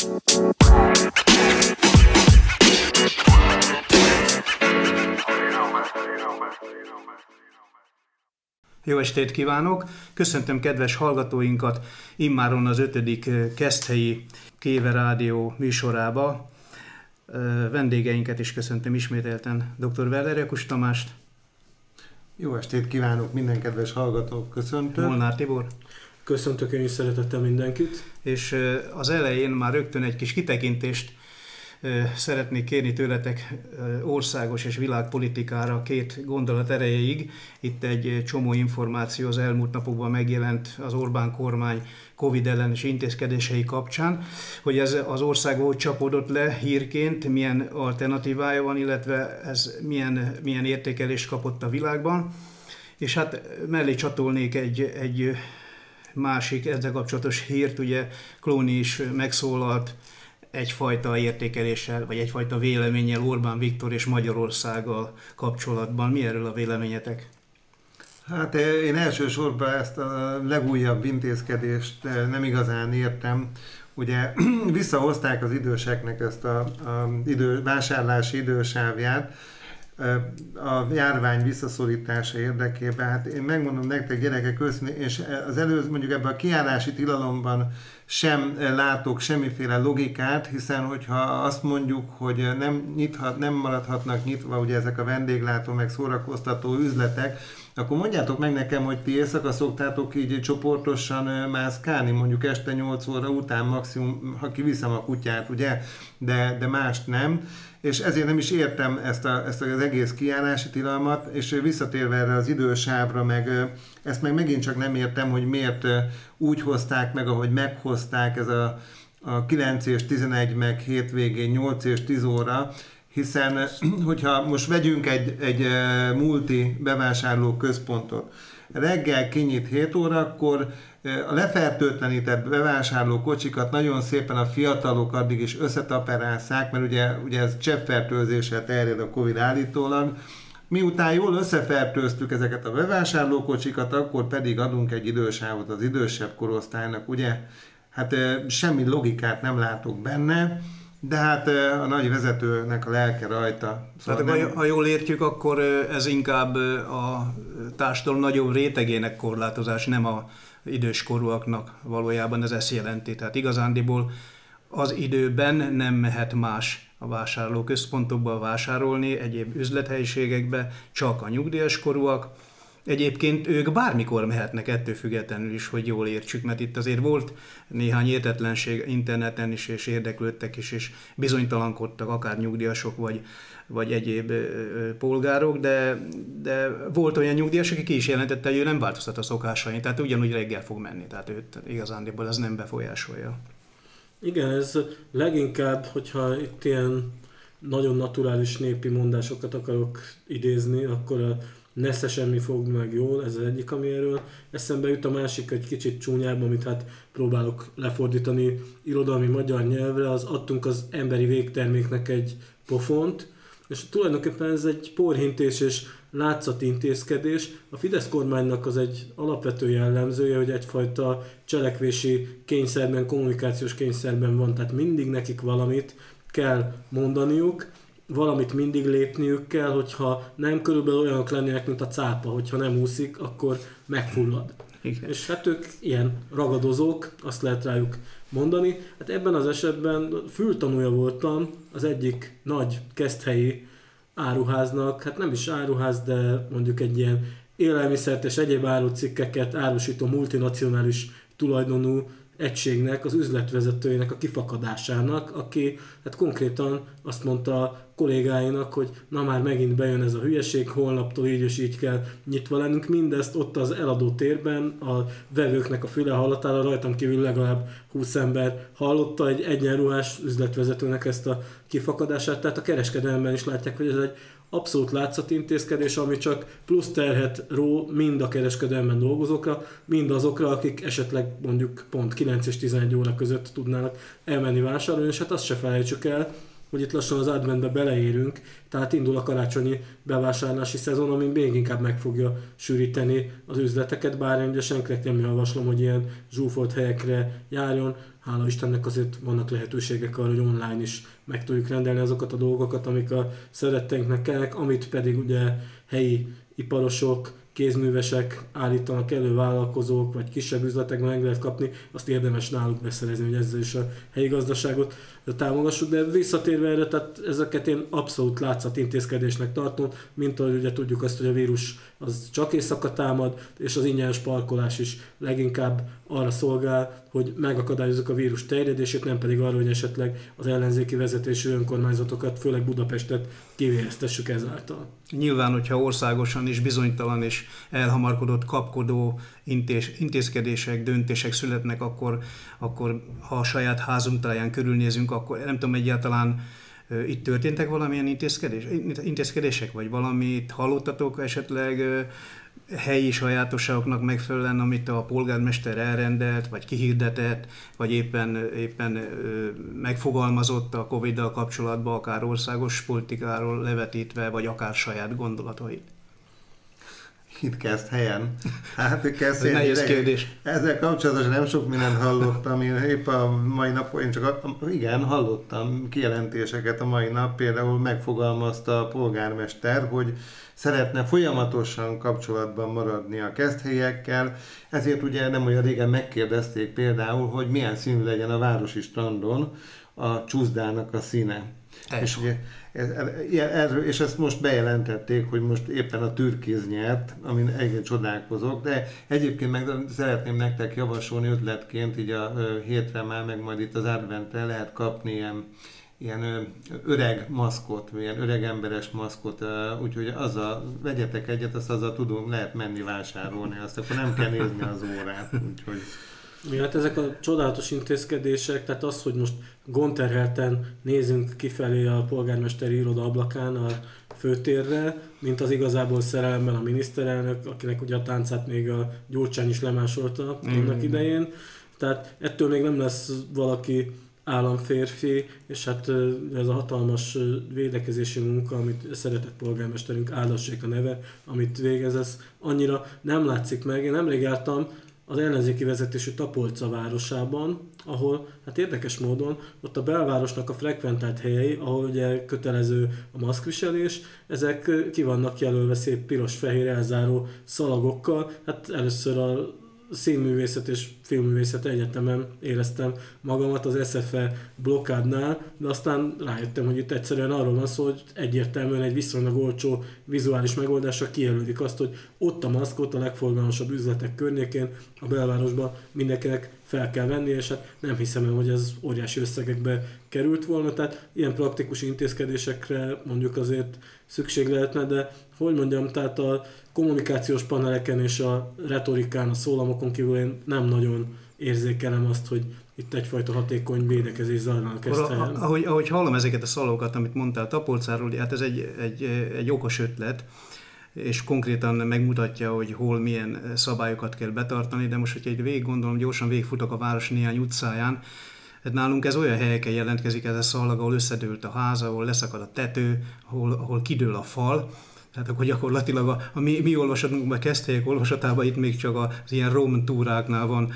Jó estét kívánok! Köszöntöm kedves hallgatóinkat immáron az 5. Keszthelyi Kéve Rádió műsorába. Vendégeinket is köszöntöm ismételten, dr. Weller Jakus Tamást. Jó estét kívánok, minden kedves hallgatók, köszöntök. Molnár Tibor. Köszöntök én is szeretettel mindenkit. És az elején már rögtön egy kis kitekintést szeretnék kérni tőletek országos és világpolitikára 2 gondolat erejéig. Itt egy csomó információ az elmúlt napokban megjelent az Orbán kormány Covid ellenes intézkedései kapcsán, hogy ez az ország hogy csapódott le hírként, milyen alternatívája van, illetve ez milyen értékelést kapott a világban. És hát mellé csatolnék egy másik ezzel kapcsolatos hírt, ugye Clooney is megszólalt egyfajta értékeléssel, vagy egyfajta véleménnyel Orbán Viktor és Magyarországgal kapcsolatban. Mi erről a véleményetek? Hát én elsősorban ezt a legújabb intézkedést nem igazán értem. Ugye visszahozták az időseknek ezt a vásárlási idősávját a járvány visszaszorítása érdekében. Hát én megmondom nektek, gyerekek, őszintén, és az előző, mondjuk ebben a kijárási tilalomban sem látok semmiféle logikát, hiszen hogyha azt mondjuk, hogy nem maradhatnak nyitva ugye ezek a vendéglátó meg szórakoztató üzletek, akkor mondjátok meg nekem, hogy ti éjszaka szoktátok így csoportosan mászkálni, mondjuk este 8 óra után maximum, ha kiviszem a kutyát, ugye, de mást nem. És ezért nem is értem ezt az egész kijárási tilalmat, és visszatérve erre az idősávra, meg ezt megint csak nem értem, hogy miért úgy hozták meg, ahogy meghozták, ez a 9 és 11, meg hétvégén 8 és 10 óra, hiszen hogyha most vegyünk egy multi bevásárló központot, reggel kinyit 7 órakor, a lefertőtlenített bevásárló kocsikat nagyon szépen a fiatalok addig is összetaperásszák, mert ugye ez cseppfertőzéssel terjed a Covid állítólag. Miután jól összefertőztük ezeket a bevásárlókocsikat, akkor pedig adunk egy idősávot az idősebb korosztálynak, ugye? Hát semmi logikát nem látok benne, de hát a nagy vezetőnek a lelke rajta. Szóval tehát ha jól értjük, akkor ez inkább a társadalom nagyobb rétegének korlátozás, nem a időskorúaknak valójában ez ezt jelenti. Tehát igazándiból az időben nem mehet más a vásárlóközpontokba vásárolni, egyéb üzlethelyiségekbe, csak a nyugdíjas korúak. Egyébként ők bármikor mehetnek ettől függetlenül is, hogy jól értsük, mert itt azért volt néhány értetlenség interneten is, és érdeklődtek is, és bizonytalankodtak akár nyugdíjasok, vagy egyéb polgárok, de volt olyan nyugdíjas, aki ki is jelentette, hogy ő nem változtat a szokásain, tehát ugyanúgy reggel fog menni, tehát őt igazándiból ez nem befolyásolja. Igen, ez leginkább, hogyha itt ilyen nagyon naturális népi mondásokat akarok idézni, akkor a nesze semmi fog meg jól, ez az egyik, ami erről eszembe jut, a másik egy kicsit csúnyább, amit hát próbálok lefordítani irodalmi magyar nyelvre, az adtunk az emberi végterméknek egy pofont, és tulajdonképpen ez egy porhintés és látszatintézkedés. A Fidesz kormánynak az egy alapvető jellemzője, hogy egyfajta cselekvési kényszerben, kommunikációs kényszerben van, tehát mindig nekik valamit kell mondaniuk, valamit mindig lépniük kell, hogyha nem körülbelül olyanok lennének, mint a cápa, hogyha nem úszik, akkor megfullad. Igen. És hát ők ilyen ragadozók, azt lehet rájuk mondani. Hát ebben az esetben fültanúja voltam az egyik nagy keszthelyi áruháznak, hát nem is áruház, de mondjuk egy ilyen élelmiszert és egyéb árucikkeket árusító multinacionális tulajdonú egységnek, az üzletvezetőjének a kifakadásának, aki hát konkrétan azt mondta a kollégáinak, hogy na már megint bejön ez a hülyeség, holnaptól így és így kell nyitva lennünk. Mindezt ott az eladó térben a vevőknek a füle hallatára, rajtam kívül legalább 20 ember hallotta egy egyenruhás üzletvezetőnek ezt a kifakadását, tehát a kereskedelemben is látják, hogy ez egy abszolút látszatintézkedés, ami csak plusz terhet ró mind a kereskedelemben dolgozókra, mind azokra, akik esetleg mondjuk pont 9 és 11 óra között tudnának elmenni vásárolni, és hát azt se felejtsük el, hogy itt lassan az adventbe beleérünk, tehát indul a karácsonyi bevásárlási szezon, ami még inkább meg fogja sűríteni az üzleteket, bár én ugye senkinek nem javaslom, hogy ilyen zsúfolt helyekre járjon. Hála Istennek azért vannak lehetőségek arra, hogy online is meg tudjuk rendelni azokat a dolgokat, amik a szeretteinknek kellnek, amit pedig ugye helyi iparosok, kézművesek állítanak elő, vállalkozók, vagy kisebb üzletekben meg lehet kapni, azt érdemes náluk beszerezni, hogy ezzel is a helyi gazdaságot támogassuk. De visszatérve erre, tehát ezeket én abszolút látszat intézkedésnek tartom, mint ahogy ugye tudjuk azt, hogy a vírus az csak éjszaka támad, és az ingyenes parkolás is leginkább arra szolgál, hogy megakadályozzuk a vírus terjedését, nem pedig arra, hogy esetleg az ellenzéki vezetésű önkormányzatokat, főleg Budapestet kivéreztessük ezáltal. Nyilván, hogyha országosan is bizonytalan és elhamarkodott, kapkodó intézkedések, döntések születnek, akkor ha a saját házunk táján körülnézünk, akkor nem tudom, egyáltalán itt történtek valamilyen intézkedések, vagy valamit hallottatok esetleg helyi sajátosságoknak megfelelően, amit a polgármester elrendelt, vagy kihirdetett, vagy éppen megfogalmazott a Covid-dal kapcsolatban, akár országos politikáról levetítve, vagy akár saját gondolatait? Itt kezd helyen. Hát kezd helyen. Nehéz kérdés. Ezzel kapcsolatosan nem sok mindent hallottam. Én épp a mai nap, igen, hallottam kijelentéseket a mai nap. Például megfogalmazta a polgármester, hogy szeretne folyamatosan kapcsolatban maradni a kezdhelyekkel. Ezért ugye nem olyan régen megkérdezték például, hogy milyen színű legyen a városi strandon a csúszdának a színe. És, ugye, és ezt most bejelentették, hogy most éppen a türkiz nyert, amin egyébként csodálkozok, de egyébként meg szeretném nektek javasolni ötletként, így a hétre már, meg majd itt az adventre lehet kapni ilyen öreg maszkot, ilyen öreg emberes maszkot, úgyhogy vegyetek egyet, azt azzal lehet menni vásárolni, azt akkor nem kell nézni az órát, úgyhogy... Hát ezek a csodálatos intézkedések, tehát az, hogy most gondterhelten nézünk kifelé a polgármesteri iroda ablakán a főtérre, mint az igazából szerelemmel a miniszterelnök, akinek ugye a táncát még a Gyurcsány is lemásolta annak idején. Tehát ettől még nem lesz valaki államférfi, és hát ez a hatalmas védekezési munka, amit szeretett polgármesterünk, áldassék a neve, amit végez, ez annyira nem látszik meg. Én nemrég jártam az ellenzéki vezetésű Tapolca városában, ahol hát érdekes módon ott a belvárosnak a frekventált helyei, ahol ugye kötelező a maszkviselés, ezek ki vannak jelölve szép piros-fehér elzáró szalagokkal. Hát először a Színművészet és Filmművészet Egyetemen éreztem magamat az SFE blokkádnál, de aztán rájöttem, hogy itt egyszerűen arról van szó, hogy egyértelműen egy viszonylag olcsó vizuális megoldásra kijelölik azt, hogy ott a maszkot a legforgalmasabb üzletek környékén, a belvárosban mindenkinek fel kell venni, és hát nem hiszem el, hogy ez óriási összegekbe került volna, tehát ilyen praktikus intézkedésekre mondjuk azért szükség lehetne, de hogy mondjam, tehát a kommunikációs paneleken és a retorikán, a szólamokon kívül én nem nagyon érzékelem azt, hogy itt egyfajta hatékony védekezés zajlanak ezt helyen. Ahogy hallom ezeket a szalagokat, amit mondtál Tapolcáról, hát ez egy okos ötlet, és konkrétan megmutatja, hogy hol milyen szabályokat kell betartani, de most, hogyha egy végig gondolom, gyorsan végigfutok a város néhány utcáján, hát nálunk ez olyan helyeken jelentkezik ez a szalag, ahol összedőlt a ház, ahol leszakad a tető, ahol kidől a fal. Tehát akkor gyakorlatilag a mi olvasatunkban, kezdhelyek olvasatában itt még csak az ilyen rom túráknál van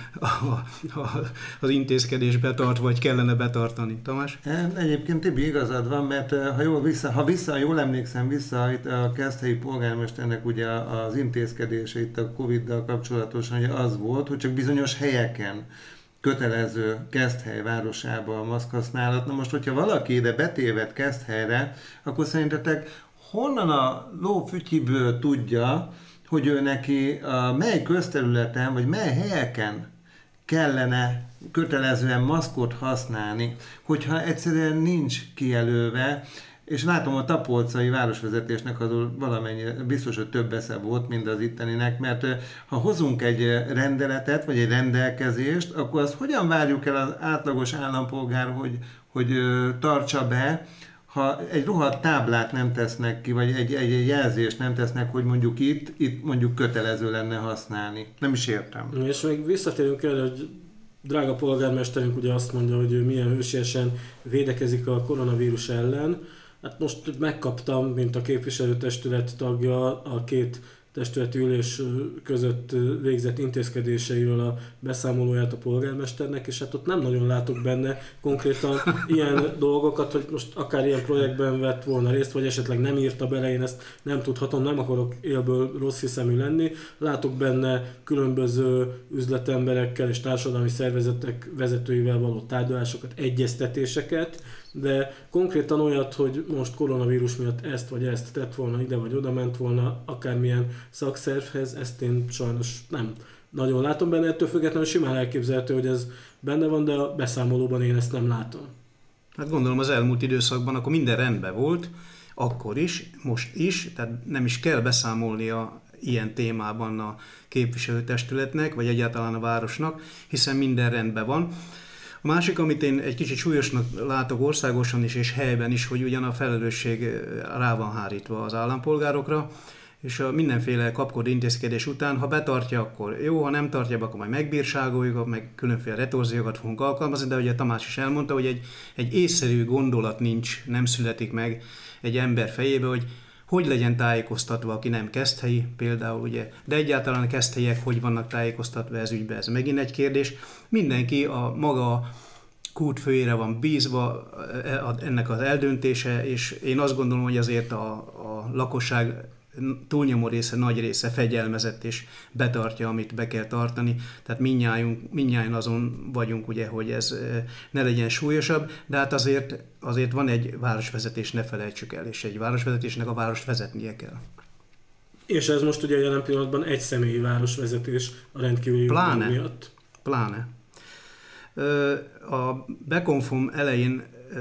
az intézkedés betartva, vagy kellene betartani. Tamás? Egyébként Tibi igazad van, mert jól emlékszem vissza itt a kezdhelyi polgármesternek ugye az intézkedése itt a Covid-dal kapcsolatosan, hogy az volt, hogy csak bizonyos helyeken kötelező Keszthely városába a maszkhasználat. Na most, hogyha valaki ide betéved Keszthelyre, akkor szerintetek honnan a lófütyiből tudja, hogy ő neki mely közterületen, vagy mely helyeken kellene kötelezően maszkot használni, hogyha egyszerűen nincs kijelölve, és látom a tapolcai városvezetésnek azon valamennyire biztos, hogy több esze volt, mint az itteninek, mert ha hozunk egy rendeletet, vagy egy rendelkezést, akkor azt hogyan várjuk el az átlagos állampolgár, hogy tartsa be, ha egy rohadt táblát nem tesznek ki, vagy egy jelzést nem tesznek, hogy mondjuk itt mondjuk kötelező lenne használni. Nem is értem. És még visszatérünk erre, hogy drága polgármesterünk ugye azt mondja, hogy ő milyen hősiesen védekezik a koronavírus ellen. Hát most megkaptam, mint a képviselőtestület tagja, a két testületi ülés között végzett intézkedéseiről a beszámolóját a polgármesternek, és hát ott nem nagyon látok benne konkrétan ilyen dolgokat, hogy most akár ilyen projektben vett volna részt, vagy esetleg nem írta bele, én ezt nem tudhatom, nem akarok élből rossz hiszemű lenni. Látok benne különböző üzletemberekkel és társadalmi szervezetek vezetőivel való tárgyalásokat, egyeztetéseket, de konkrétan olyat, hogy most koronavírus miatt ezt vagy ezt tett volna, ide vagy oda ment volna akármilyen szakszervhez, ezt én sajnos nem nagyon látom benne, ettől függetlenül simán elképzelhető, hogy ez benne van, de a beszámolóban én ezt nem látom. Hát gondolom az elmúlt időszakban akkor minden rendben volt, akkor is, most is, tehát nem is kell beszámolnia ilyen témában a képviselőtestületnek, vagy egyáltalán a városnak, hiszen minden rendben van. A másik, amit én egy kicsit súlyosnak látok országosan is és helyben is, hogy ugyan a felelősség rá van hárítva az állampolgárokra, és a mindenféle kapkodó intézkedés után, ha betartja, akkor jó, ha nem tartja, akkor majd megbírságoljuk, meg különféle retorziókat fogunk alkalmazni, de ugye Tamás is elmondta, hogy egy észszerű gondolat nincs, nem születik meg egy ember fejébe, hogy legyen tájékoztatva, aki nem keszthelyi például, ugye, de egyáltalán a keszthelyiek hogy vannak tájékoztatva ez ügybe, ez megint egy kérdés. Mindenki a maga kútfőjére van bízva ennek az eldöntése, és én azt gondolom, hogy azért a lakosság túlnyomó része, nagy része fegyelmezett és betartja, amit be kell tartani. Tehát mindnyáján azon vagyunk, ugye, hogy ez ne legyen súlyosabb, de hát azért van egy városvezetés, ne felejtsük el, és egy városvezetésnek a várost vezetnie kell. És ez most ugye jelen pillanatban egy személyi városvezetés a rendkívüli miatt. Pláne. A Bekonfom elején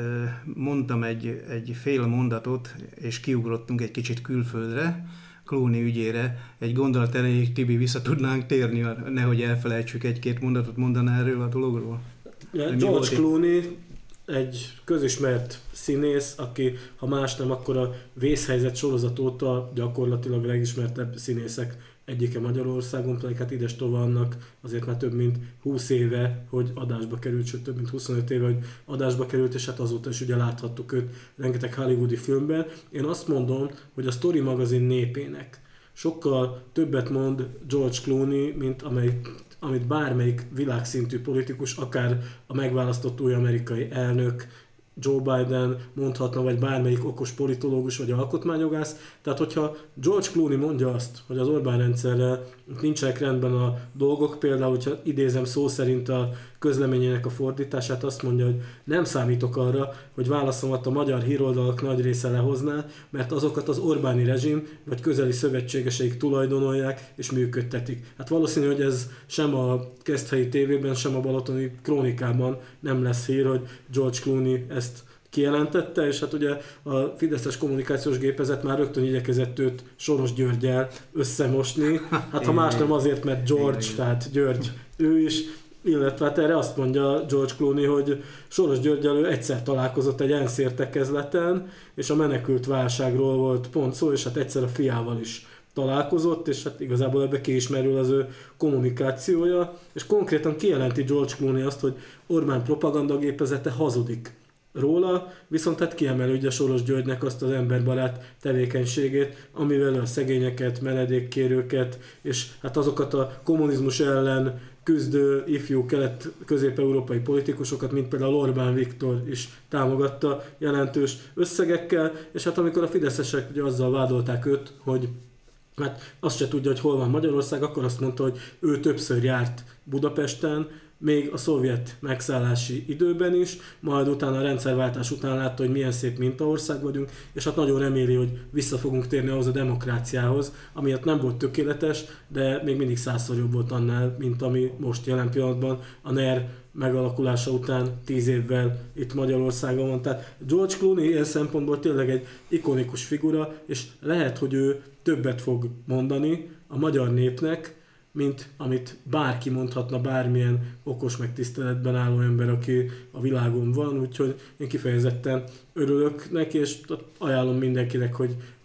mondtam egy fél mondatot, és kiugrottunk egy kicsit külföldre, Clooney ügyére. Egy gondolat erejéig, Tibi, vissza tudnánk térni, nehogy elfelejtsük, egy-két mondatot mondaná erről a dologról? George Clooney egy közismert színész, aki, ha más nem, akkor a Vészhelyzet sorozat óta gyakorlatilag a legismertebb színészek egyike Magyarországon, pedig hát ides annak azért már több mint 20 éve, hogy adásba került, sőt több mint 25 éve, hogy adásba került, és hát azóta is ugye láthattuk őt rengeteg hollywoodi filmben. Én azt mondom, hogy a Story magazin népének sokkal többet mond George Clooney, mint amit bármelyik világszintű politikus, akár a megválasztott új amerikai elnök, Joe Biden mondhatna, vagy bármelyik okos politológus, vagy alkotmányjogász. Tehát, hogyha George Clooney mondja azt, hogy az Orbán rendszerrel nincsenek rendben a dolgok, például, hogyha idézem szó szerint a közleményének a fordítását, azt mondja, hogy nem számítok arra, hogy válaszomat a magyar híroldalak nagy része lehozná, mert azokat az Orbáni rezsim vagy közeli szövetségeseik tulajdonolják és működtetik. Hát valószínű, hogy ez sem a Keszthelyi tévében, sem a Balatoni Krónikában nem lesz hír, hogy George Clooney ezt kijelentette, és hát ugye a fideszes kommunikációs gépezet már rögtön igyekezett őt Soros Györggyel összemosni. Hát ha más nem azért, mert George, tehát György ő is, illetve hát erre azt mondja George Clooney, hogy Soros Györggyel ő egyszer találkozott egy ENSZ értekezleten, és a menekült válságról volt pont szó, és hát egyszer a fiával is találkozott, és hát igazából ebbe ki is merül az ő kommunikációja, és konkrétan kijelenti George Clooney azt, hogy Orbán propagandagépezete hazudik róla, viszont hát kiemeli ugye Soros Györgynek azt az emberbarát tevékenységét, amivel a szegényeket, menedékkérőket, és hát azokat a kommunizmus ellen küzdő ifjú kelet-közép-európai politikusokat, mint például Orbán Viktor is támogatta jelentős összegekkel, és hát amikor a fideszesek ugye azzal vádolták őt, hogy hát azt se tudja, hogy hol van Magyarország, akkor azt mondta, hogy ő többször járt Budapesten, még a szovjet megszállási időben is, majd utána a rendszerváltás után látta, hogy milyen szép mintaország vagyunk, és hát nagyon reméli, hogy vissza fogunk térni ahhoz a demokráciához, ami hát nem volt tökéletes, de még mindig 100-szor jobb volt annál, mint ami most jelen pillanatban a NER megalakulása után 10 évvel itt Magyarországon van. Tehát George Clooney ilyen szempontból tényleg egy ikonikus figura, és lehet, hogy ő többet fog mondani a magyar népnek, mint amit bárki mondhatna, bármilyen okos meg tiszteletben álló ember, aki a világon van, úgyhogy én kifejezetten örülök neki, és ajánlom mindenkinek, hogy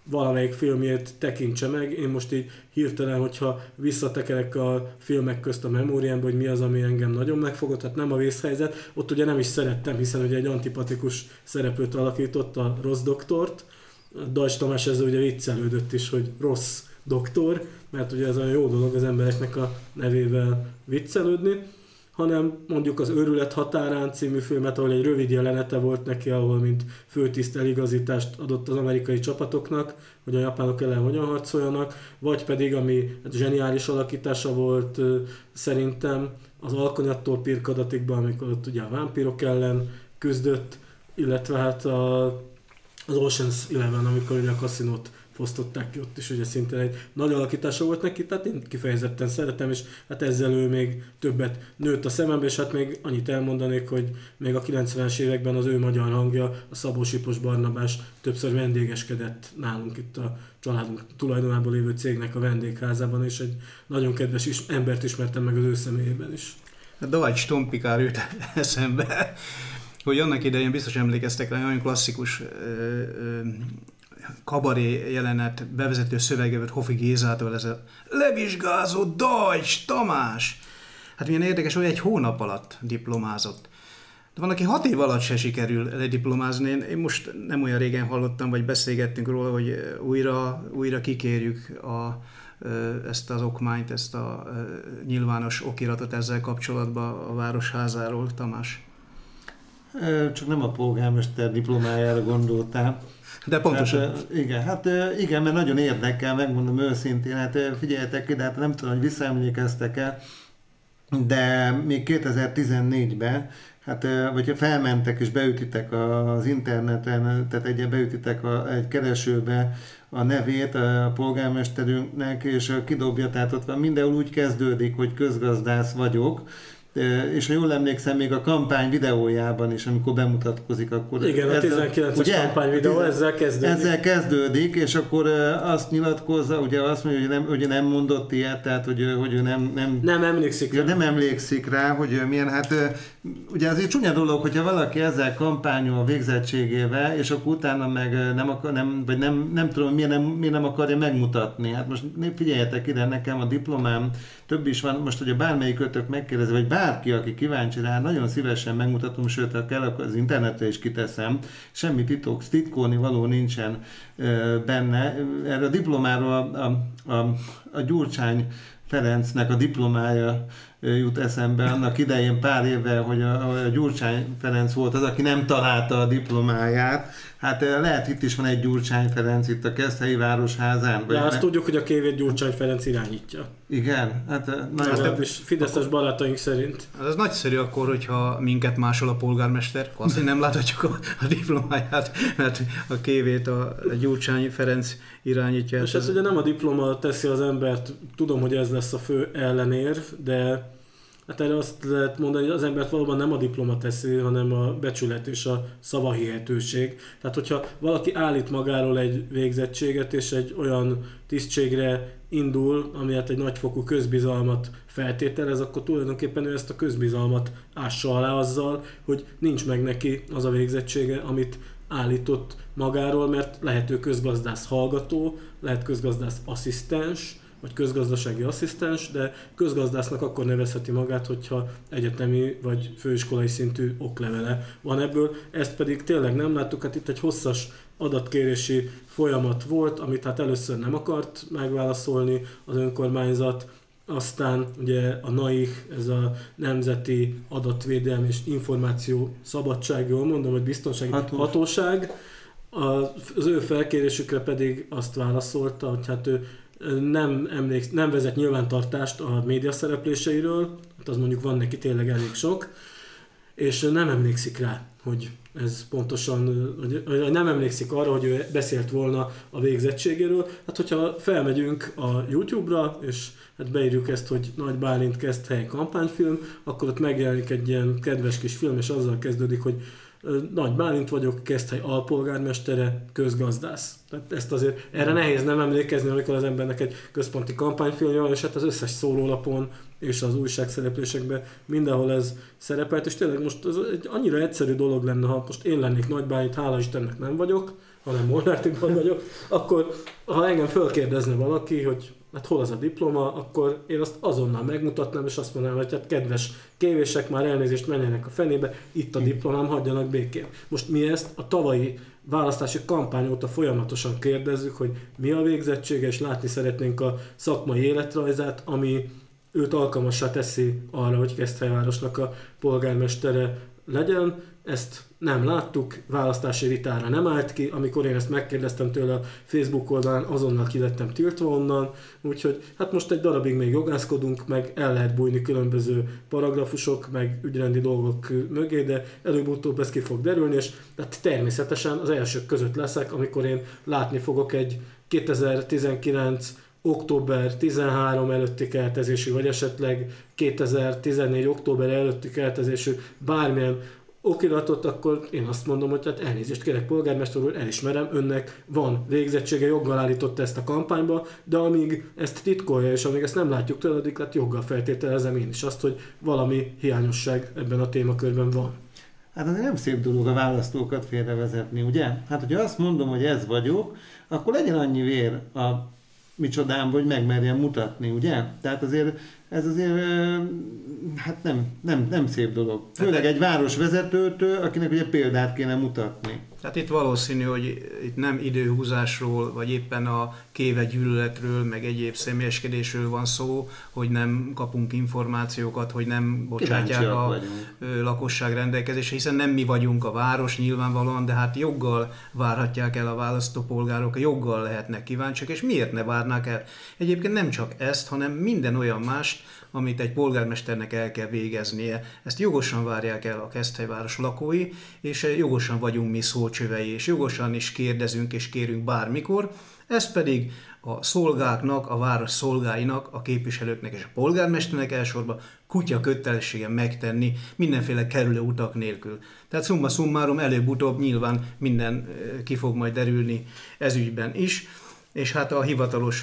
valamelyik filmjét tekintse meg. Én most így hirtelen, hogyha visszatekerek a filmek közt a memóriámba, hogy mi az, ami engem nagyon megfogott, hát nem a Vészhelyzet, ott ugye nem is szerettem, hiszen ugye egy antipatikus szereplőt alakított, a rossz doktort. Dajcs Tamás ezzel ugye viccelődött is, hogy rossz doktor, mert ugye ez olyan jó dolog az embereknek a nevével viccelődni, hanem mondjuk az Őrület határán című filmet, ahol egy rövid jelenete volt neki, ahol mint főtiszt eligazítást adott az amerikai csapatoknak, hogy a japánok ellen hogyan harcoljanak, vagy pedig, ami zseniális alakítása volt szerintem, az Alkonyattól Pirkadatikban, amikor ott ugye a vámpírok ellen küzdött, illetve hát az Ocean's 11, amikor ugye a kaszinót fosztották ki, ott is ugye szintén egy nagy alakítása volt neki, tehát én kifejezetten szeretem, és hát ezzel ő még többet nőtt a szemembe, és hát még annyit elmondanék, hogy még a 90-es években az ő magyar hangja, a Szabó Sipos Barnabás többször vendégeskedett nálunk itt a családunk tulajdonában lévő cégnek a vendégházában, és egy nagyon kedves embert ismertem meg az ő személyében is. A Dajcs Tompikár jut eszembe, hogy annak idején biztos emlékeztek rá, nagyon klasszikus kabaré jelenet bevezető szövege volt Hofi Gézától, ez a levizsgázott Dajcs Tamás. Hát milyen érdekes, hogy egy hónap alatt diplomázott. De van, aki 6 év alatt se sikerül lediplomázni. Én most nem olyan régen hallottam, vagy beszélgettünk róla, hogy újra kikérjük ezt az okmányt, ezt a nyilvános okiratot ezzel kapcsolatban a Városházáról, Tamás. Csak nem a polgármester diplomájára gondoltál. De pontosan. Hát, igen, mert nagyon érdekel, megmondom őszintén. Hát figyeljetek ide, hát nem tudom, hogy visszaemlékeztek-e, de még 2014-ben, hát, vagy felmentek és beütitek az interneten, tehát beütitek egy keresőbe a nevét a polgármesterünknek, és kidobja, tehát ott van, mindenhol úgy kezdődik, hogy közgazdász vagyok, és ha jól emlékszem, még a kampány videójában is, amikor bemutatkozik, akkor... Igen, a 19-es kampány videó ezzel kezdődik. Ezzel kezdődik, és akkor azt nyilatkozza, ugye azt mondja, hogy nem mondott ilyet, tehát hogy ő nem emlékszik rá. Nem emlékszik rá, hogy milyen, hát ugye azért csúnya dolog, hogyha valaki ezzel kampányol a végzettségével, és akkor utána meg nem tudom, miért nem akarja megmutatni. Hát most figyeljetek ide, nekem a diplomám több is van, most ugye bármelyik ötök megkérdezi, vagy bárki, aki kíváncsi rá, nagyon szívesen megmutatom, sőt, ha kell, akkor az internetre is kiteszem, semmi titkolni való nincsen benne. Erre a diplomáról a Gyurcsány Ferencnek a diplomája jut eszembe annak idején pár évvel, hogy a Gyurcsány Ferenc volt az, aki nem találta a diplomáját. Hát lehet itt is van egy Gyurcsány Ferenc itt a Keszthelyi Városházán. De azt tudjuk, hogy a kévét Gyurcsány Ferenc irányítja. Igen? Hát legalábbis fideszes barátaink szerint. Ez nagyszerű akkor, hogyha minket másol a polgármester, akkor azt nem láthatjuk a diplomáját, mert a kévét a Gyurcsány Ferenc irányítja. És hát ugye nem a diploma teszi az embert, tudom, hogy ez lesz a fő ellenérv, de hát erre azt lehet mondani, hogy az embert valóban nem a diploma teszi, hanem a becsület és a szavahihetőség. Tehát, hogyha valaki állít magáról egy végzettséget és egy olyan tisztségre indul, ami hát egy nagyfokú közbizalmat feltételez, akkor tulajdonképpen ő ezt a közbizalmat ássa alá azzal, hogy nincs meg neki az a végzettsége, amit állított magáról, mert lehet ő közgazdász hallgató, lehet közgazdász asszisztens, vagy közgazdasági asszisztens, de közgazdásznak akkor nevezheti magát, hogyha egyetemi vagy főiskolai szintű oklevele van ebből. Ezt pedig tényleg nem láttuk, hát itt egy hosszas adatkérési folyamat volt, amit hát először nem akart megválaszolni az önkormányzat, aztán ugye a NAIH, ez a Nemzeti Adatvédelmi és Információ Szabadság, jól mondom, vagy Biztonsági Hatóság, az ő felkérésükre pedig azt válaszolta, hogy hát ő nem vezet nyilvántartást a média szerepléseiről, hát az mondjuk van neki tényleg elég sok, és nem emlékszik rá, hogy ez pontosan, hogy nem emlékszik arra, hogy ő beszélt volna a végzettségéről. Hát hogyha felmegyünk a YouTube-ra, és hát beírjuk ezt, hogy Nagy Bálint Keszthely kampányfilm, akkor ott megjelenik egy ilyen kedves kis film, és azzal kezdődik, hogy Nagy Bálint vagyok, Keszthely alpolgármestere, közgazdász. Tehát ezt azért, erre nehéz nem emlékezni, amikor az embernek egy központi kampányfilmje van, és hát az összes szórólapon és az újságszereplésekben mindenhol ez szerepelt, és tényleg most ez egy annyira egyszerű dolog lenne, ha most én lennék Nagybálint, hála Istennek nem vagyok, hanem Molnár Tibor vagyok, akkor ha engem fölkérdezne valaki, hogy hát hol az a diploma, akkor én azt azonnal megmutatnám, és azt mondanám, hogy hát kedves kévések, már elnézést, menjenek a fenébe, itt a diplomám, hagyjanak békén. Most mi ezt a tavalyi választási kampány óta folyamatosan kérdezzük, hogy mi a végzettsége, és látni szeretnénk a szakmai életrajzát, ami őt alkalmassá teszi arra, hogy Keszthelyvárosnak a polgármestere legyen. Ezt nem láttuk, választási vitára nem állt ki, amikor én ezt megkérdeztem tőle a Facebook oldalán, azonnal ki lettem tiltva onnan, úgyhogy hát most egy darabig még jogászkodunk, meg el lehet bújni különböző paragrafusok, meg ügyrendi dolgok mögé, de előbb-utóbb ez ki fog derülni, és hát természetesen az elsők között leszek, amikor én látni fogok egy 2019 október 13 előtti keltezésű, vagy esetleg 2014 október előtti keltezésű bármilyen okiratot, akkor én azt mondom, hogy hát elnézést kérek, polgármester úr, elismerem, önnek van végzettsége, joggal állította ezt a kampányba, de amíg ezt titkolja, és amíg ezt nem látjuk tőle, addig hát joggal feltételezem én is azt, hogy valami hiányosság ebben a témakörben van. Hát azért nem szép dolog a választókat félrevezetni, ugye? Hát, hogyha azt mondom, hogy ez vagyok, akkor legyen annyi vér a micsodám, hogy megmerjem mutatni, ugye? Tehát azért ez azért hát nem szép dolog. Főleg egy városvezetőtől, akinek ugye példát kéne mutatni. Tehát itt valószínű, hogy itt nem időhúzásról, vagy éppen a kéve gyűlöletről, meg egyéb személyeskedésről van szó, hogy nem kapunk információkat, hogy nem bocsátják a lakosság rendelkezésre, hiszen nem mi vagyunk a város nyilvánvalóan, de hát joggal várhatják el a választópolgárok, joggal lehetnek kíváncsiak, és miért ne várnák el? Egyébként nem csak ezt, hanem minden olyan mást, amit egy polgármesternek el kell végeznie. Ezt jogosan várják el a Keszthelyváros lakói, és jogosan vagyunk mi szócsövei, és jogosan is kérdezünk és kérünk bármikor. Ez pedig a szolgáknak, a város szolgáinak, a képviselőknek és a polgármesternek elsősorban kutya kötelessége megtenni mindenféle kerülő utak nélkül. Tehát summa summarum előbb-utóbb nyilván minden ki fog majd derülni ez ügyben is. És hát a hivatalos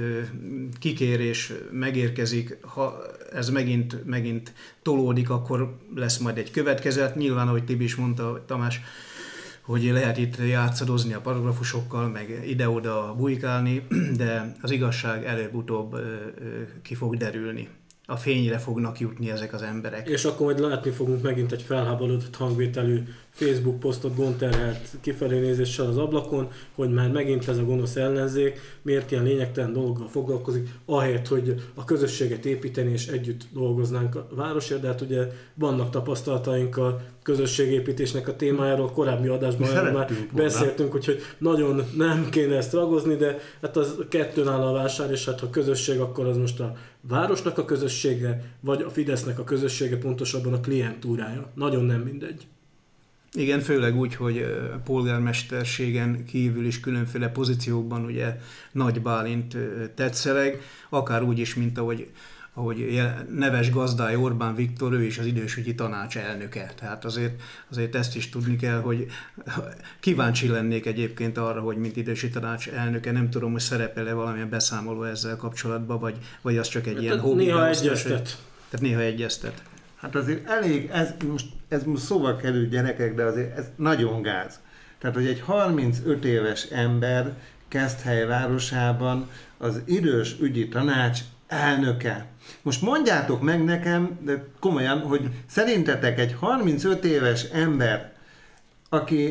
kikérés megérkezik, ha ez megint tolódik, akkor lesz majd egy következő. Hát nyilván, ahogy Tibi is mondta, Tamás, hogy lehet itt játszadozni a paragrafusokkal, meg ide-oda bujkálni, de az igazság előbb-utóbb ki fog derülni. A fényre fognak jutni ezek az emberek. És akkor majd látni fogunk megint egy felháborodott hangvételű Facebook posztot gonterhelt kifelé nézéssel az ablakon, hogy már megint ez a gonosz ellenzék miért ilyen lényegtelen dologgal foglalkozik, ahelyett, hogy a közösséget építeni és együtt dolgoznánk a városért, de hát ugye vannak tapasztalataink a közösségépítésnek a témájáról, korábbi adásban már beszéltünk, úgyhogy nagyon nem kéne ezt ragozni, de hát az kettőn áll a vásár, és hát ha közösség, akkor az most a városnak a közössége, vagy a Fidesznek a közössége, pontosabban a klientúrája. Nagyon nem mindegy. Igen, főleg úgy, hogy polgármesterségen kívül is különféle pozíciókban ugye Nagy Bálint tetszeleg, akár úgy is, mint ahogy neves gazdály Orbán Viktor, ő is az idősügyi tanács elnöke. Tehát azért ezt is tudni kell, hogy kíváncsi lennék egyébként arra, hogy mint idősügyi tanács elnöke, nem tudom, hogy szerepel-e valamilyen beszámoló ezzel kapcsolatban, vagy az csak egy ilyen hobbi. Néha egyeztet. Tehát néha egyeztet. Hát azért elég, ez most szóval kerül gyerekek, de azért ez nagyon gáz. Tehát, hogy egy 35 éves ember Keszthelyvárosában az idős ügyi tanács elnöke. Most mondjátok meg nekem, de komolyan, hogy szerintetek egy 35 éves ember, aki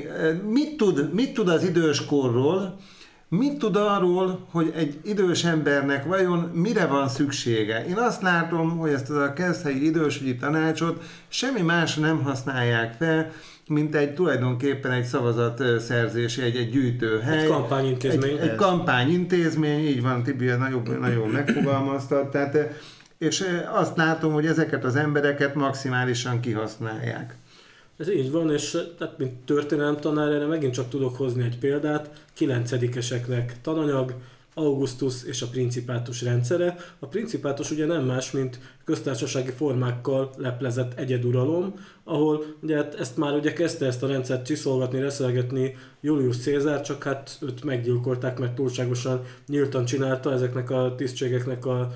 mit tud az időskorról, mit tud arról, hogy egy idős embernek vajon mire van szüksége? Én azt látom, hogy ezt a keszthelyi idősügyi tanácsot semmi más nem használják fel, mint tulajdonképpen egy szavazatszerzési, egy gyűjtőhely. Egy kampányintézmény. Egy kampányintézmény, így van, Tibi nagyon megfogalmazta. Tehát, és azt látom, hogy ezeket az embereket maximálisan kihasználják. Ez így van, és tehát, mint történelemtanár, erre megint csak tudok hozni egy példát. 9-eseknek tananyag, Augustus és a principátus rendszere. A principátus ugye nem más, mint köztársasági formákkal leplezett egyeduralom, ahol ugye ezt már ugye kezdte ezt a rendszert csiszolgatni, reszelgetni Julius Cézár, csak hát őt meggyilkolták, mert túlságosan nyíltan csinálta ezeknek a tisztségeknek a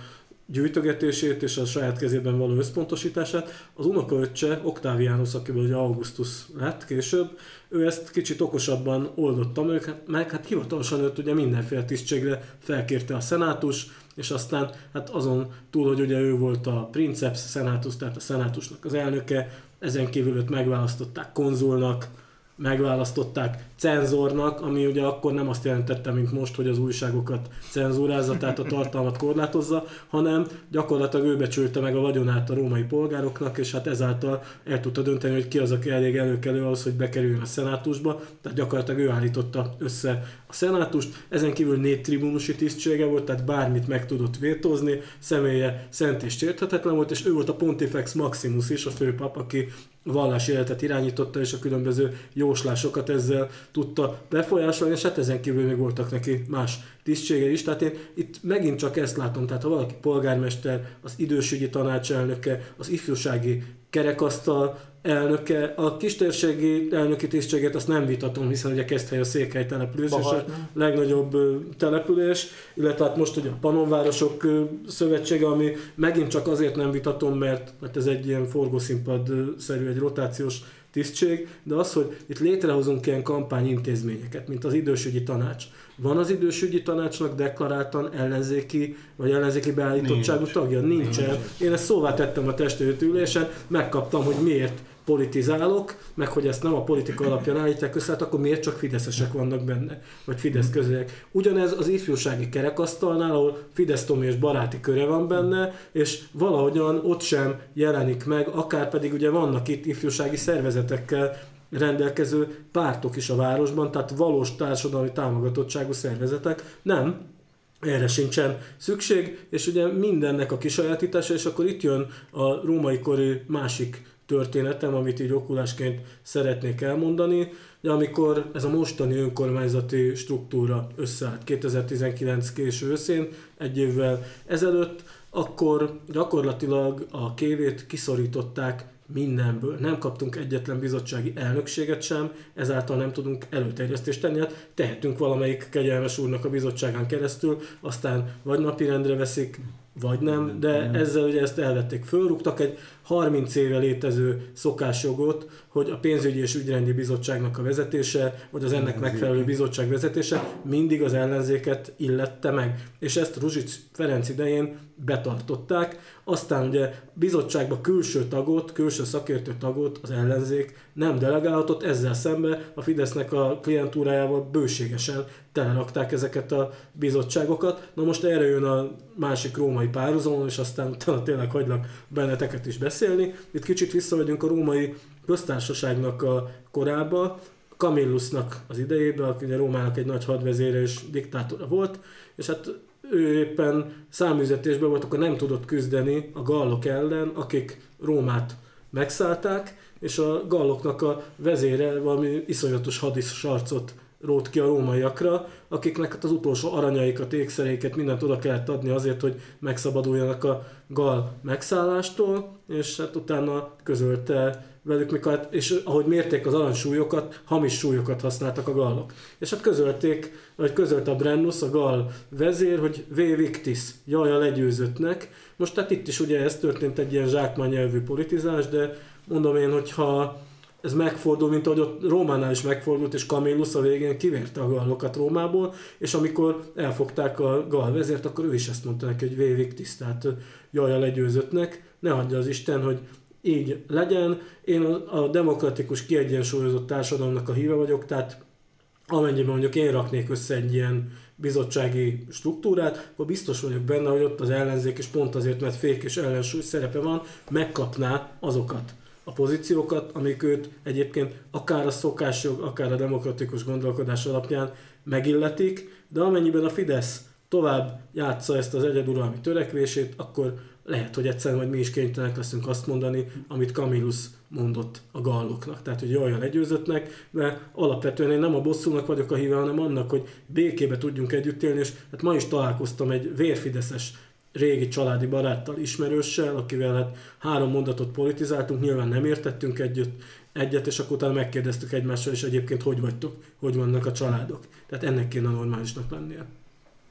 gyűjtögetését és a saját kezében való összpontosítását. Az unokaöccse, Octavianus, akiből ugye Augustus lett később, ő ezt kicsit okosabban oldotta meg, hát hivatalosan őt ugye mindenféle tisztségre felkérte a szenátus, és aztán hát azon túl, hogy ugye ő volt a princeps senatus, tehát a szenátusnak az elnöke, ezen kívül őt megválasztották konzulnak, megválasztották cenzornak, ami ugye akkor nem azt jelentette, mint most, hogy az újságokat cenzúrázza, tehát a tartalmat korlátozza, hanem gyakorlatilag ő becsülte meg a vagyonát a római polgároknak, és hát ezáltal el tudta dönteni, hogy ki az, aki elég előkelő ahhoz, hogy bekerüljön a szenátusba, tehát gyakorlatilag ő állította össze a szenátust. Ezen kívül 4 tribunusi tisztsége volt, tehát bármit meg tudott vétózni, személye szent és sérthetetlen volt, és ő volt a Pontifex Maximus is, a főpap, aki vallási életet irányította, és a különböző jóslásokat ezzel tudta befolyásolni, és hát ezen kívül még voltak neki más tisztségei is. Tehát én itt megint csak ezt látom, tehát ha valaki polgármester, az idősügyi tanács elnöke, az ifjúsági kerekasztal elnöke, a kistérségi elnöki tisztséget azt nem vitatom, hiszen ugye Keszthely a székhely település, és a legnagyobb település, illetve hát most ugye a Pannonvárosok Szövetsége, ami megint csak azért nem vitatom, mert ez egy ilyen forgószínpad-szerű, egy rotációs tisztség, de az, hogy itt létrehozunk ilyen kampányintézményeket, mint az idősügyi tanács. Van az idősügyi tanácsnak deklaráltan ellenzéki vagy ellenzéki beállítottságú tagja? Nincsen. Én ezt szóvá tettem a testületülésen, megkaptam, hogy miért politizálok, meg hogy ezt nem a politika alapján állítják össze, hát akkor miért csak fideszesek vannak benne, vagy Fidesz közeliek. Ugyanez az ifjúsági kerekasztalnál, ahol Fidesz Tomi és baráti köre van benne, és valahogyan ott sem jelenik meg, akár pedig ugye vannak itt ifjúsági szervezetekkel rendelkező pártok is a városban, tehát valós társadalmi támogatottságú szervezetek. Nem, erre sincsen szükség, és ugye mindennek a kisajátítása, és akkor itt jön a római kori másik történetem, amit így okulásként szeretnék elmondani, de amikor ez a mostani önkormányzati struktúra összeállt 2019 késő őszén, egy évvel ezelőtt, akkor gyakorlatilag a kévét kiszorították mindenből. Nem kaptunk egyetlen bizottsági elnökséget sem, ezáltal nem tudunk előterjesztést tenni. Hát tehetünk valamelyik kegyelmes úrnak a bizottságán keresztül, aztán vagy napirendre veszik, vagy nem, de ezzel ugye ezt elvették. Fölrúgtak egy 30 éve létező szokásjogot, hogy a pénzügyi és ügyrendi bizottságnak a vezetése, vagy az ennek megfelelő bizottság vezetése mindig az ellenzéket illette meg. És ezt Ruzsics Ferenc idején betartották. Aztán ugye bizottságba külső tagot, külső szakértő tagot az ellenzék nem delegálhatott, ezzel szemben a Fidesznek a klientúrájával bőségesen telerakták ezeket a bizottságokat. Na most erre jön a másik római párhuzamon, és aztán utána tényleg hagylak benneteket is beszélni. Itt kicsit visszamegyünk a római köztársaságnak a korába, Camillusnak az idejében, aki ugye Rómának egy nagy hadvezére és diktátora volt, és hát ő éppen száműzetésben volt, akkor nem tudott küzdeni a gallok ellen, akik Rómát megszállták, és a galloknak a vezére valami iszonyatos hadisarcot rót ki a rómaiakra, akiknek hát az utolsó aranyaikat, ékszereiket, mindent oda kellett adni azért, hogy megszabaduljanak a gall megszállástól, és hát utána közölte velük, mikor, és ahogy mérték az aranysúlyokat, hamis súlyokat használtak a gallok. És hát közölte a Brennus, a gall vezér, hogy V victis, jaj a legyőzöttnek. Most tehát itt is ugye ez történt egy ilyen zsákmányelvű politizás, de mondom én, hogyha ez megfordul, mint ahogy ott Rómánál is megfordult, és Camillus a végén kivérte a gallokat Rómából, és amikor elfogták a gall vezért, akkor ő is ezt mondta neki, hogy V victis, tehát jaj a legyőzöttnek, ne adja az Isten, hogy így legyen. Én a demokratikus, kiegyensúlyozott társadalomnak a híve vagyok, tehát amennyiben mondjuk én raknék össze egy ilyen bizottsági struktúrát, akkor biztos vagyok benne, hogy ott az ellenzék is pont azért, mert fék és ellensúly szerepe van, megkapná azokat a pozíciókat, amik őt egyébként akár a szokásjog, akár a demokratikus gondolkodás alapján megilletik, de amennyiben a Fidesz tovább játsza ezt az egyeduralmi törekvését, akkor lehet, hogy egyszerűen majd mi is kénytelenek leszünk azt mondani, amit Camillus mondott a galloknak. Tehát, hogy jaj a legyőzöttnek, de alapvetően én nem a bosszúnak vagyok a híve, hanem annak, hogy békébe tudjunk együtt élni, és hát ma is találkoztam egy vérfideszes régi családi baráttal, ismerőssel, akivel hát 3 mondatot politizáltunk, nyilván nem értettünk egyet, és akkor utána megkérdeztük egymással, és egyébként hogy vagytok, hogy vannak a családok. Tehát ennek kéne normálisnak lennie.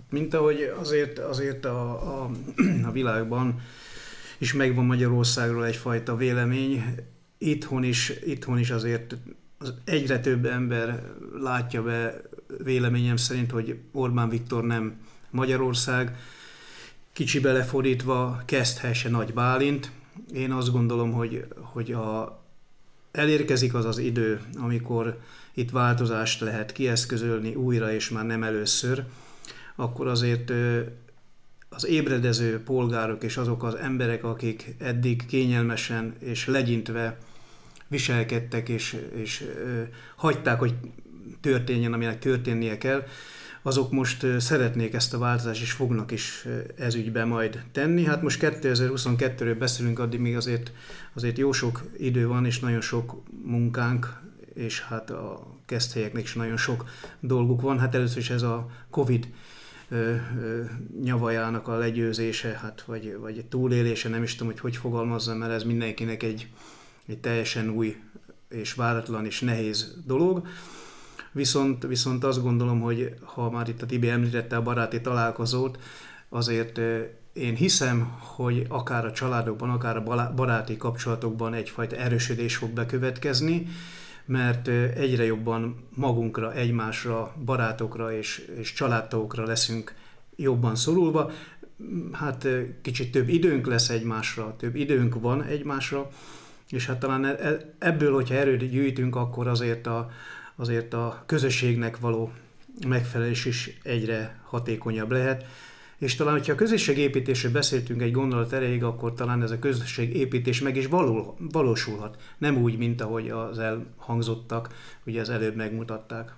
Mint ahogy azért a világban is megvan Magyarországról egyfajta vélemény, itthon is azért egyre több ember látja be véleményem szerint, hogy Orbán Viktor nem Magyarország, kicsi belefordítva kezdhesse Nagy Bálint. Én azt gondolom, hogy elérkezik az idő, amikor itt változást lehet kieszközölni újra, és már nem először, akkor azért az ébredező polgárok és azok az emberek, akik eddig kényelmesen és legyintve viselkedtek és hagyták, hogy történjen, aminek történnie kell, azok most szeretnék ezt a változást, és fognak is ez ügyben majd tenni. Hát most 2022-ről beszélünk, addig még azért jó sok idő van, és nagyon sok munkánk, és hát a keszthelyeknek is nagyon sok dolguk van. Hát először is ez a Covid nyavajának a legyőzése, hát vagy túlélése, nem is tudom, hogy fogalmazzam, mert ez mindenkinek egy teljesen új és váratlan és nehéz dolog. Viszont azt gondolom, hogy ha már itt a Tibi említette a baráti találkozót, azért én hiszem, hogy akár a családokban, akár a baráti kapcsolatokban egyfajta erősödés fog bekövetkezni, mert egyre jobban magunkra, egymásra, barátokra és családtagokra leszünk jobban szorulva. Hát kicsit több időnk lesz egymásra, több időnk van egymásra, és hát talán ebből, hogyha erőt gyűjtünk, akkor azért a közösségnek való megfelelés is egyre hatékonyabb lehet. És talán, hogyha a közösségépítésről beszéltünk egy gondolat erejéig, akkor talán ez a közösségépítés meg is valósulhat. Nem úgy, mint ahogy az elhangzottak, ugye az előbb megmutatták.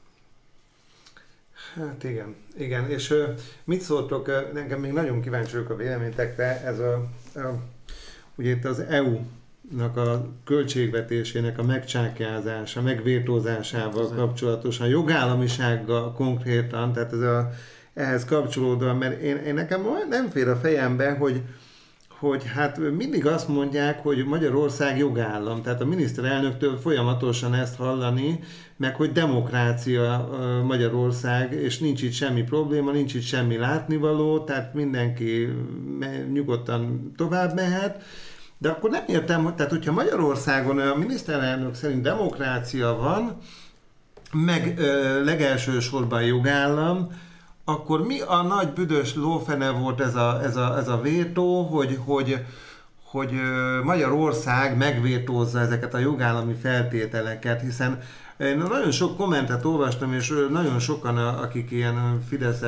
Hát igen. És mit szóltok, nekem még nagyon kíváncsi vagyok a véleményekre, ez ugye itt az EU-nak a költségvetésének a megcsákjázása, megvétózásával kapcsolatosan, jogállamisággal konkrétan, tehát ehhez kapcsolódóan, mert én nekem nem fér a fejembe, hogy hát mindig azt mondják, hogy Magyarország jogállam, tehát a miniszterelnöktől folyamatosan ezt hallani, meg hogy demokrácia Magyarország, és nincs itt semmi probléma, nincs itt semmi látnivaló, tehát mindenki nyugodtan tovább mehet. De akkor nem értem, tehát hogyha Magyarországon a miniszterelnök szerint demokrácia van, meg legelsősorban jogállam, akkor mi a nagy büdös lófene volt ez a vétó, hogy Magyarország megvétózza ezeket a jogállami feltételeket, hiszen én nagyon sok kommentet olvastam, és nagyon sokan, akik ilyen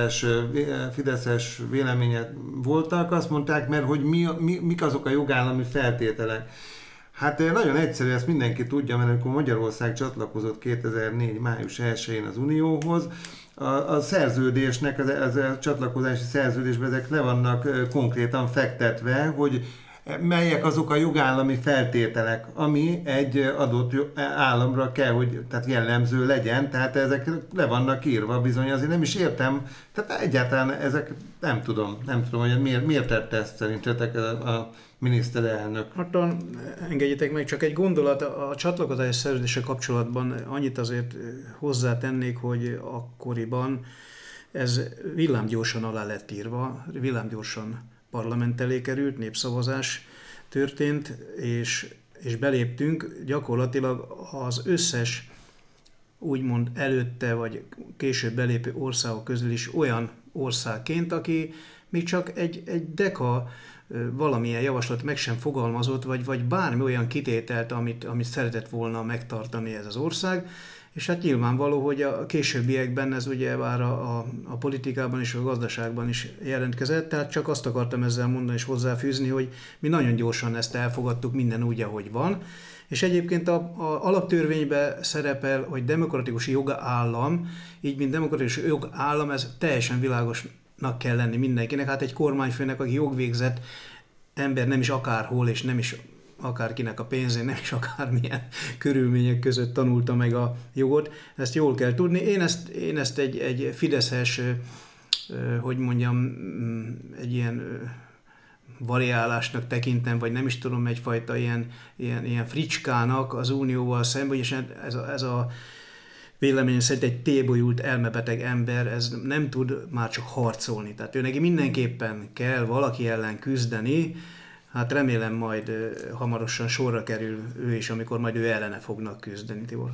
fideszes vélemények voltak, azt mondták, mert hogy mik azok a jogállami feltételek. Hát nagyon egyszerű, ezt mindenki tudja, mert amikor Magyarország csatlakozott 2004. május 1-én az Unióhoz, a szerződésnek, a csatlakozási szerződésben ezek le vannak konkrétan fektetve, hogy melyek azok a jogállami feltételek, ami egy adott államra kell, hogy tehát jellemző legyen, tehát ezek le vannak írva bizony, azért nem is értem, tehát egyáltalán ezek nem tudom, hogy miért tette ezt szerintetek a miniszterelnök. Hát engedjétek meg csak egy gondolat, a csatlakozási szerződéssel kapcsolatban annyit azért hozzátennék, hogy akkoriban ez villámgyorsan alá lett írva, villámgyorsan parlament elé került, népszavazás történt, és beléptünk gyakorlatilag az összes úgymond előtte vagy később belépő országok közül is olyan országként, aki még csak egy deka valamilyen javaslat meg sem fogalmazott, vagy bármi olyan kitételt, amit szeretett volna megtartani ez az ország. És hát nyilvánvaló, hogy a későbbiekben ez ugye már a politikában és a gazdaságban is jelentkezett, tehát csak azt akartam ezzel mondani és hozzáfűzni, hogy mi nagyon gyorsan ezt elfogadtuk, minden úgy, ahogy van. És egyébként a alaptörvényben szerepel, hogy demokratikus jogállam, így mint demokratikus jogállam, ez teljesen világosnak kell lenni mindenkinek. Hát egy kormányfőnek, aki jogvégzett ember nem is akárhol, és nem is akárkinek a pénzén, nem is akármilyen körülmények között tanulta meg a jogot, ezt jól kell tudni. Én ezt egy fideszes, hogy mondjam, egy ilyen variálásnak tekintem, vagy nem is tudom, egyfajta ilyen fricskának az unióval szemben, és ez a véleményem szerint egy tébolyult, elmebeteg ember, ez nem tud már csak harcolni. Tehát ő neki mindenképpen kell valaki ellen küzdeni. Hát remélem majd hamarosan sorra kerül ő is, amikor majd ő ellene fognak küzdeni, Tibor.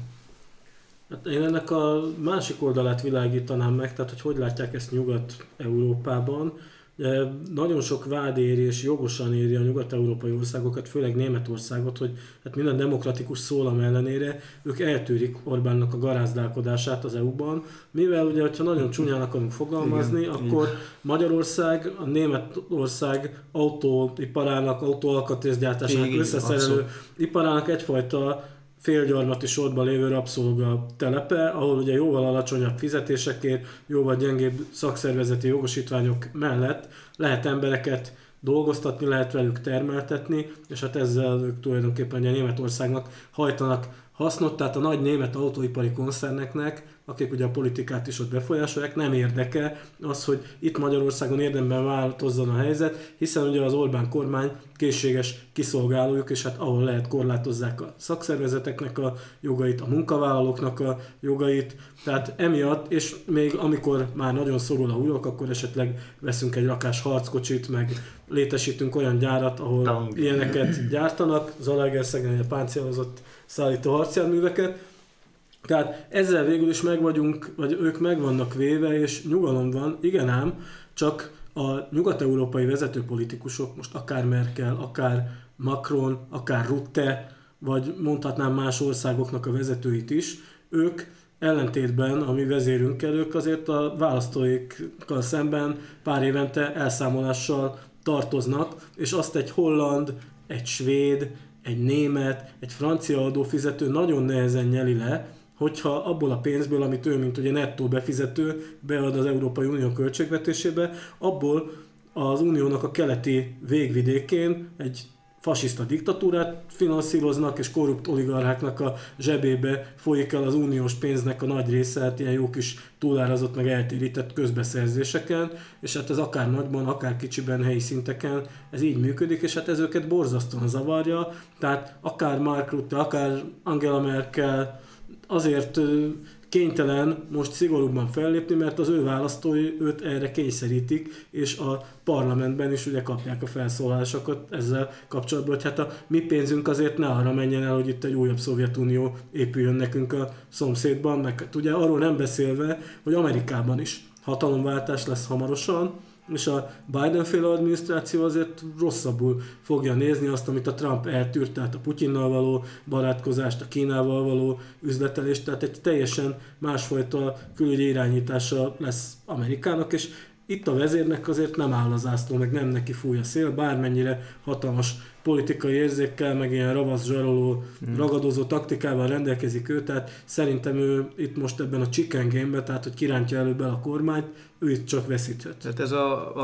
Hát én ennek a másik oldalát világítanám meg, tehát hogy látják ezt Nyugat-Európában. Nagyon sok vád éri és jogosan éri a nyugat-európai országokat, főleg Németországot, hogy hát minden demokratikus szólam ellenére ők eltűrik Orbánnak a garázdálkodását az EU-ban, mivel ugye, hogyha nagyon csúnyán akarunk fogalmazni, igen, akkor igen. Magyarország, a Németország autóiparának, autóalkatrészgyártásának összeszerelő iparának egyfajta félgyarmati sorban lévő rabszolga telepe, ahol ugye jóval alacsonyabb fizetésekért, jóval gyengébb szakszervezeti jogosítványok mellett lehet embereket dolgoztatni, lehet velük termeltetni, és hát ezzel ők tulajdonképpen ugye Németországnak hajtanak hasznot, tehát a nagy német autóipari koncerneknek, akik ugye a politikát is ott befolyásolják, nem érdeke az, hogy itt Magyarországon érdemben változzon a helyzet, hiszen ugye az Orbán kormány készséges kiszolgálójuk, és hát ahol lehet korlátozzák a szakszervezeteknek a jogait, a munkavállalóknak a jogait, tehát emiatt, és még amikor már nagyon szorul a hurok, akkor esetleg veszünk egy rakás harckocsit, meg létesítünk olyan gyárat, ahol ilyeneket gyártanak, Zalaegerszegen a páncélozott szállító harcjárműveket. Tehát ezzel végül is vagy ők meg vannak véve, és nyugalom van, igen ám, csak a nyugat-európai vezető politikusok, most akár Merkel, akár Macron, akár Rutte, vagy mondhatnám más országoknak a vezetőit is, ők ellentétben a mi vezérünkkel, ők azért a választóikkal szemben pár évente elszámolással tartoznak, és azt egy holland, egy svéd, egy német, egy francia adófizető nagyon nehezen nyeli le, hogyha abból a pénzből, amit ő, mint ugye nettó befizető, bead az Európai Unió költségvetésébe, abból az uniónak a keleti végvidékén egy fasiszta diktatúrát finanszíroznak, és korrupt oligarcháknak a zsebébe folyik el az uniós pénznek a nagy része, hát ilyen jó kis túlárazott, meg eltérített közbeszerzéseken, és hát ez akár nagyban, akár kicsiben, helyi szinteken ez így működik, és hát ez őket borzasztóan zavarja, tehát akár Mark Rutte, akár Angela Merkel azért kénytelen most szigorúbban fellépni, mert az ő választói őt erre kényszerítik, és a parlamentben is ugye kapják a felszólalásokat ezzel kapcsolatban, hogy hát a mi pénzünk azért ne arra menjen el, hogy itt egy újabb Szovjetunió épüljön nekünk a szomszédban, meg ugye arról nem beszélve, hogy Amerikában is hatalomváltás lesz hamarosan, és a Biden-féle adminisztráció azért rosszabbul fogja nézni azt, amit a Trump eltűrt, tehát a Putyinnal való barátkozást, a Kínával való üzletelést, tehát egy teljesen másfajta külügyi irányítása lesz Amerikának, és itt a vezérnek azért nem áll a zászló, meg nem neki fúj a szél, bármennyire hatalmas politikai érzékkel, meg ilyen ravasz, zsaroló, ragadozó taktikával rendelkezik ő, tehát szerintem ő itt most ebben a chicken game-ben, tehát hogy kirántja előbb el a kormányt, ő itt csak veszíthet. Tehát ez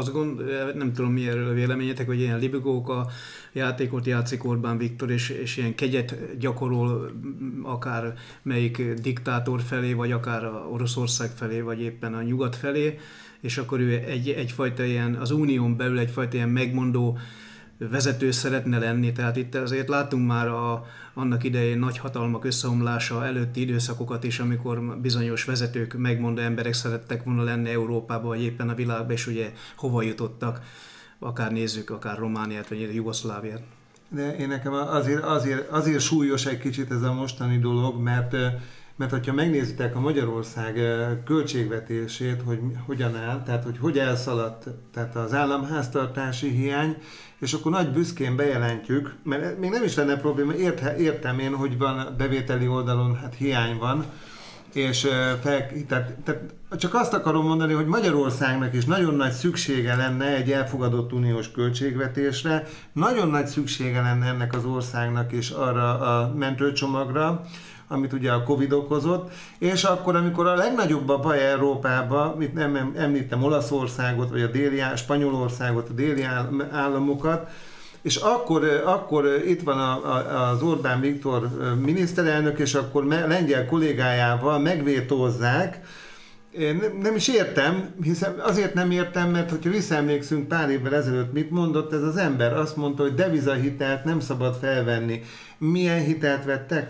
nem tudom mi erről a véleményetek, hogy ilyen libegóka játékot játszik Orbán Viktor, és ilyen kegyet gyakorol akár melyik diktátor felé, vagy akár a Oroszország felé, vagy éppen a nyugat felé, és akkor ő egyfajta ilyen, az unión belül egyfajta ilyen megmondó vezető szeretne lenni, tehát itt azért látunk már annak idején nagy hatalmak összeomlása előtti időszakokat is, amikor bizonyos vezetők, megmondó emberek szerettek volna lenni Európában, vagy éppen a világban, és ugye hova jutottak, akár nézzük, akár Romániát, vagy Jugoszláviát. De én nekem azért súlyos egy kicsit ez a mostani dolog, mert hogyha megnézitek a Magyarország költségvetését, hogy hogyan áll, tehát hogy elszaladt, tehát az államháztartási hiány, és akkor nagy büszkén bejelentjük, mert még nem is lenne probléma, értem én, hogy van bevételi oldalon, hát hiány van, és tehát csak azt akarom mondani, hogy Magyarországnak is nagyon nagy szüksége lenne egy elfogadott uniós költségvetésre, nagyon nagy szüksége lenne ennek az országnak is arra a mentőcsomagra, amit ugye a Covid okozott, és akkor, amikor a legnagyobb a baj Európában, mit nem említem Olaszországot, vagy Spanyolországot, a déli államokat, és akkor itt van az Orbán Viktor miniszterelnök, és akkor lengyel kollégájával megvétózzák. Én nem is értem, hiszen azért nem értem, mert hogyha visszaemlékszünk pár évvel ezelőtt, mit mondott ez az ember? Azt mondta, hogy devizahitelt nem szabad felvenni. Milyen hitelt vettek fel?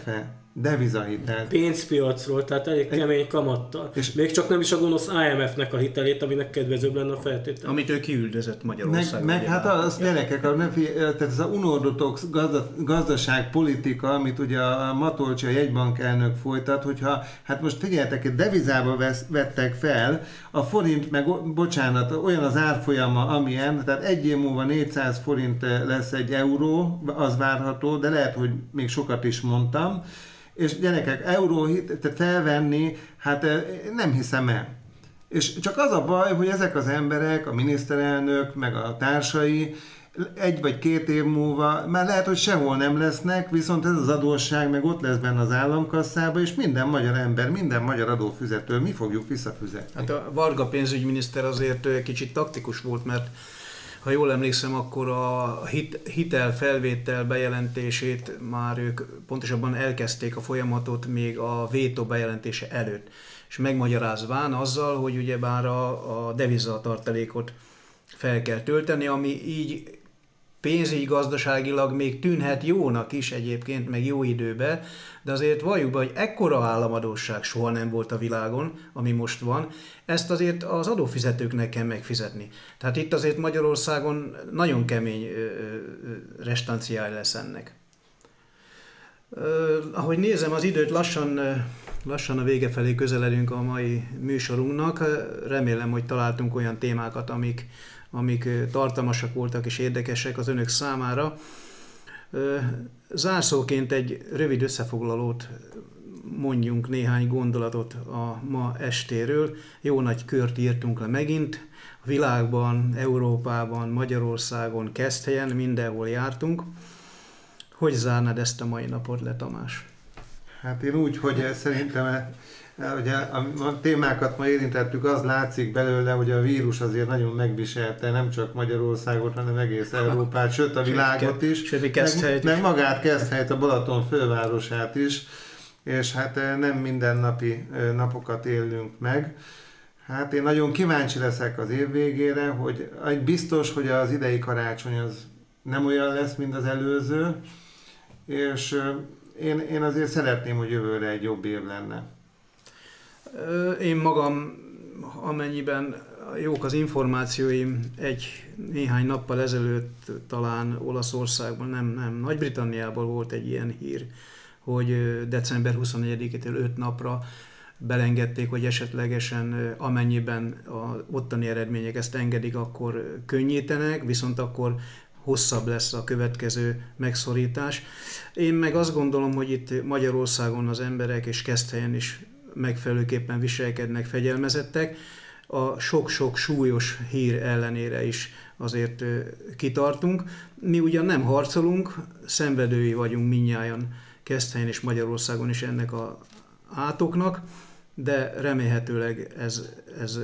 devizahitelt. Pénzpiacról, tehát elég kemény kamattal. És még csak nem is a gonosz IMF-nek a hitelét, aminek kedvezőbb lenne a feltétel. Amit ő kiüldözött Magyarországon. Meg hát az gyerekek, tehát ez a unorthodox gazdaságpolitika, amit ugye a Matolcsi, a jegybank elnök folytat, hogyha, hát most figyeljetek, egy devizába vettek fel, a forint, meg bocsánat, olyan az árfolyama, amilyen, tehát egy év múlva 400 forint lesz egy euró, az várható, de lehet, hogy még sokat is mondtam. És gyerekek, tehát felvenni, hát nem hiszem el. És csak az a baj, hogy ezek az emberek, a miniszterelnök, meg a társai 1 vagy 2 év múlva már lehet, hogy sehol nem lesznek, viszont ez az adósság meg ott lesz benne az államkasszában, és minden magyar ember, minden magyar adófizető, mi fogjuk visszafizetni. Hát a Varga pénzügyminiszter azért kicsit taktikus volt, mert ha jól emlékszem, akkor a hitelfelvétel bejelentését már ők pontosabban elkezdték a folyamatot még a vétó bejelentése előtt. És megmagyarázván azzal, hogy ugyebár a devizatartalékot fel kell tölteni, ami így pénzügyi gazdaságilag még tűnhet jónak is egyébként, meg jó időben, de azért valljuk be, hogy ekkora államadósság soha nem volt a világon, ami most van, ezt azért az adófizetőknek kell megfizetni. Tehát itt azért Magyarországon nagyon kemény restanciája lesz ennek. Ahogy nézem az időt, lassan a vége felé közeledünk a mai műsorunknak. Remélem, hogy találtunk olyan témákat, amik tartalmasak voltak és érdekesek az önök számára. Zárszóként egy rövid összefoglalót mondjunk, néhány gondolatot a ma estéről. Jó nagy kört írtunk le megint. A világban, Európában, Magyarországon, Keszthelyen, mindenhol jártunk. Hogy zárnád ezt a mai napot le, Tamás? Hát én úgy, hogy szerintem ugye a témákat ma érintettük, az látszik belőle, hogy a vírus azért nagyon megviselte nem csak Magyarországot, hanem egész Európát, sőt a világot is, meg magát Keszthelyt, a Balaton fővárosát is, és hát nem mindennapi napokat élünk meg. Hát én nagyon kíváncsi leszek az év végére, hogy biztos, hogy az idei karácsony az nem olyan lesz, mint az előző, és én azért szeretném, hogy jövőre egy jobb év lenne. Én magam, amennyiben jók az információim, néhány nappal ezelőtt talán Olaszországban, nem, Nagy-Britanniából volt egy ilyen hír, hogy december 24-től 5 napra belengedték, hogy esetlegesen amennyiben az ottani eredmények ezt engedik, akkor könnyítenek, viszont akkor hosszabb lesz a következő megszorítás. Én meg azt gondolom, hogy itt Magyarországon az emberek és Keszthelyen is megfelelőképpen viselkednek, fegyelmezettek. A sok-sok súlyos hír ellenére is azért kitartunk. Mi ugyan nem harcolunk, szenvedői vagyunk mindnyájan Keszthelyen és Magyarországon is ennek az átoknak, de remélhetőleg ez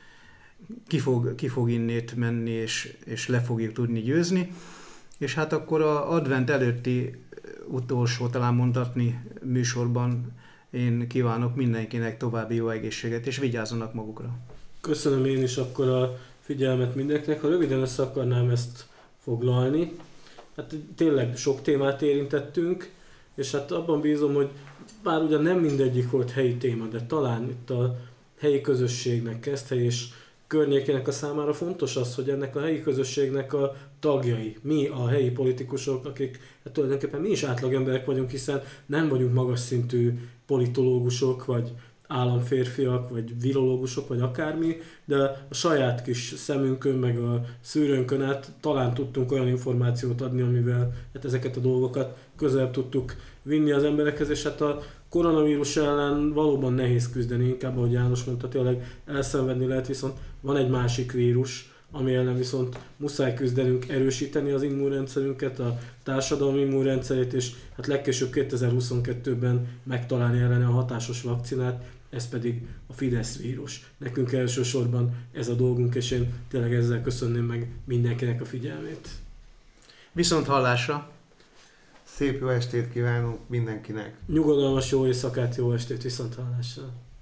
ki fog innét menni, és le fogjuk tudni győzni. És hát akkor az advent előtti utolsó, talán mondhatni műsorban én kívánok mindenkinek további jó egészséget, és vigyázzanak magukra. Köszönöm én is akkor a figyelmet mindenkinek. Ha röviden össze akarnám ezt foglalni, hát tényleg sok témát érintettünk, és hát abban bízom, hogy bár ugyan nem mindegyik volt helyi téma, de talán itt a helyi közösségnek, Keszthely és környékének a számára fontos az, hogy ennek a helyi közösségnek a tagjai, mi a helyi politikusok, akik hát tulajdonképpen mi is átlagemberek vagyunk, hiszen nem vagyunk magas szintű politológusok, vagy államférfiak, vagy virológusok, vagy akármi, de a saját kis szemünkön, meg a szűrőnkön át talán tudtunk olyan információt adni, amivel hát ezeket a dolgokat közelebb tudtuk vinni az emberekhez, és hát a koronavírus ellen valóban nehéz küzdeni, inkább ahogy János mondta, tényleg elszenvedni lehet, viszont van egy másik vírus, ami ellen viszont muszáj küzdenünk, erősíteni az immunrendszerünket, a társadalmi immunrendszerét, és hát legkésőbb 2022-ben megtalálni ellene a hatásos vakcinát, ez pedig a Fidesz vírus. Nekünk elsősorban ez a dolgunk, és én tényleg ezzel köszönném meg mindenkinek a figyelmét. Viszont hallásra! Szép jó estét kívánunk mindenkinek! Nyugodalmas jó éjszakát, jó estét, viszont hallásra!